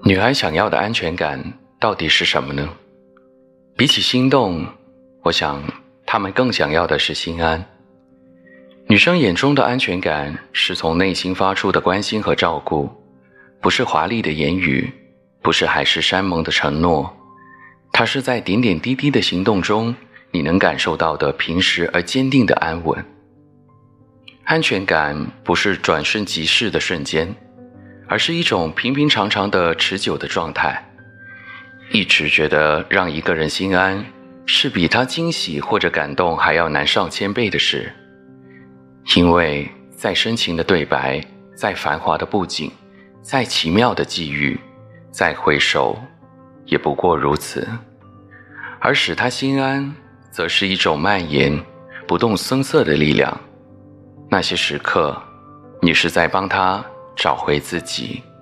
女孩想要的安全感到底是什么呢？比起心动，我想她们更想要的是心安。女生眼中的安全感是从内心发出的关心和照顾，不是华丽的言语，不是海誓山盟的承诺，它是在点点滴滴的行动中你能感受到的平实而坚定的安稳。安全感不是转瞬即逝的瞬间，而是一种平平常常的持久的状态。一直觉得让一个人心安，是比他惊喜或者感动还要难上千倍的事。因为再深情的对白，再繁华的布景，再奇妙的际遇，再回首，也不过如此。而使他心安，则是一种蔓延、不动声色的力量。那些时刻，你是在帮他找回自己。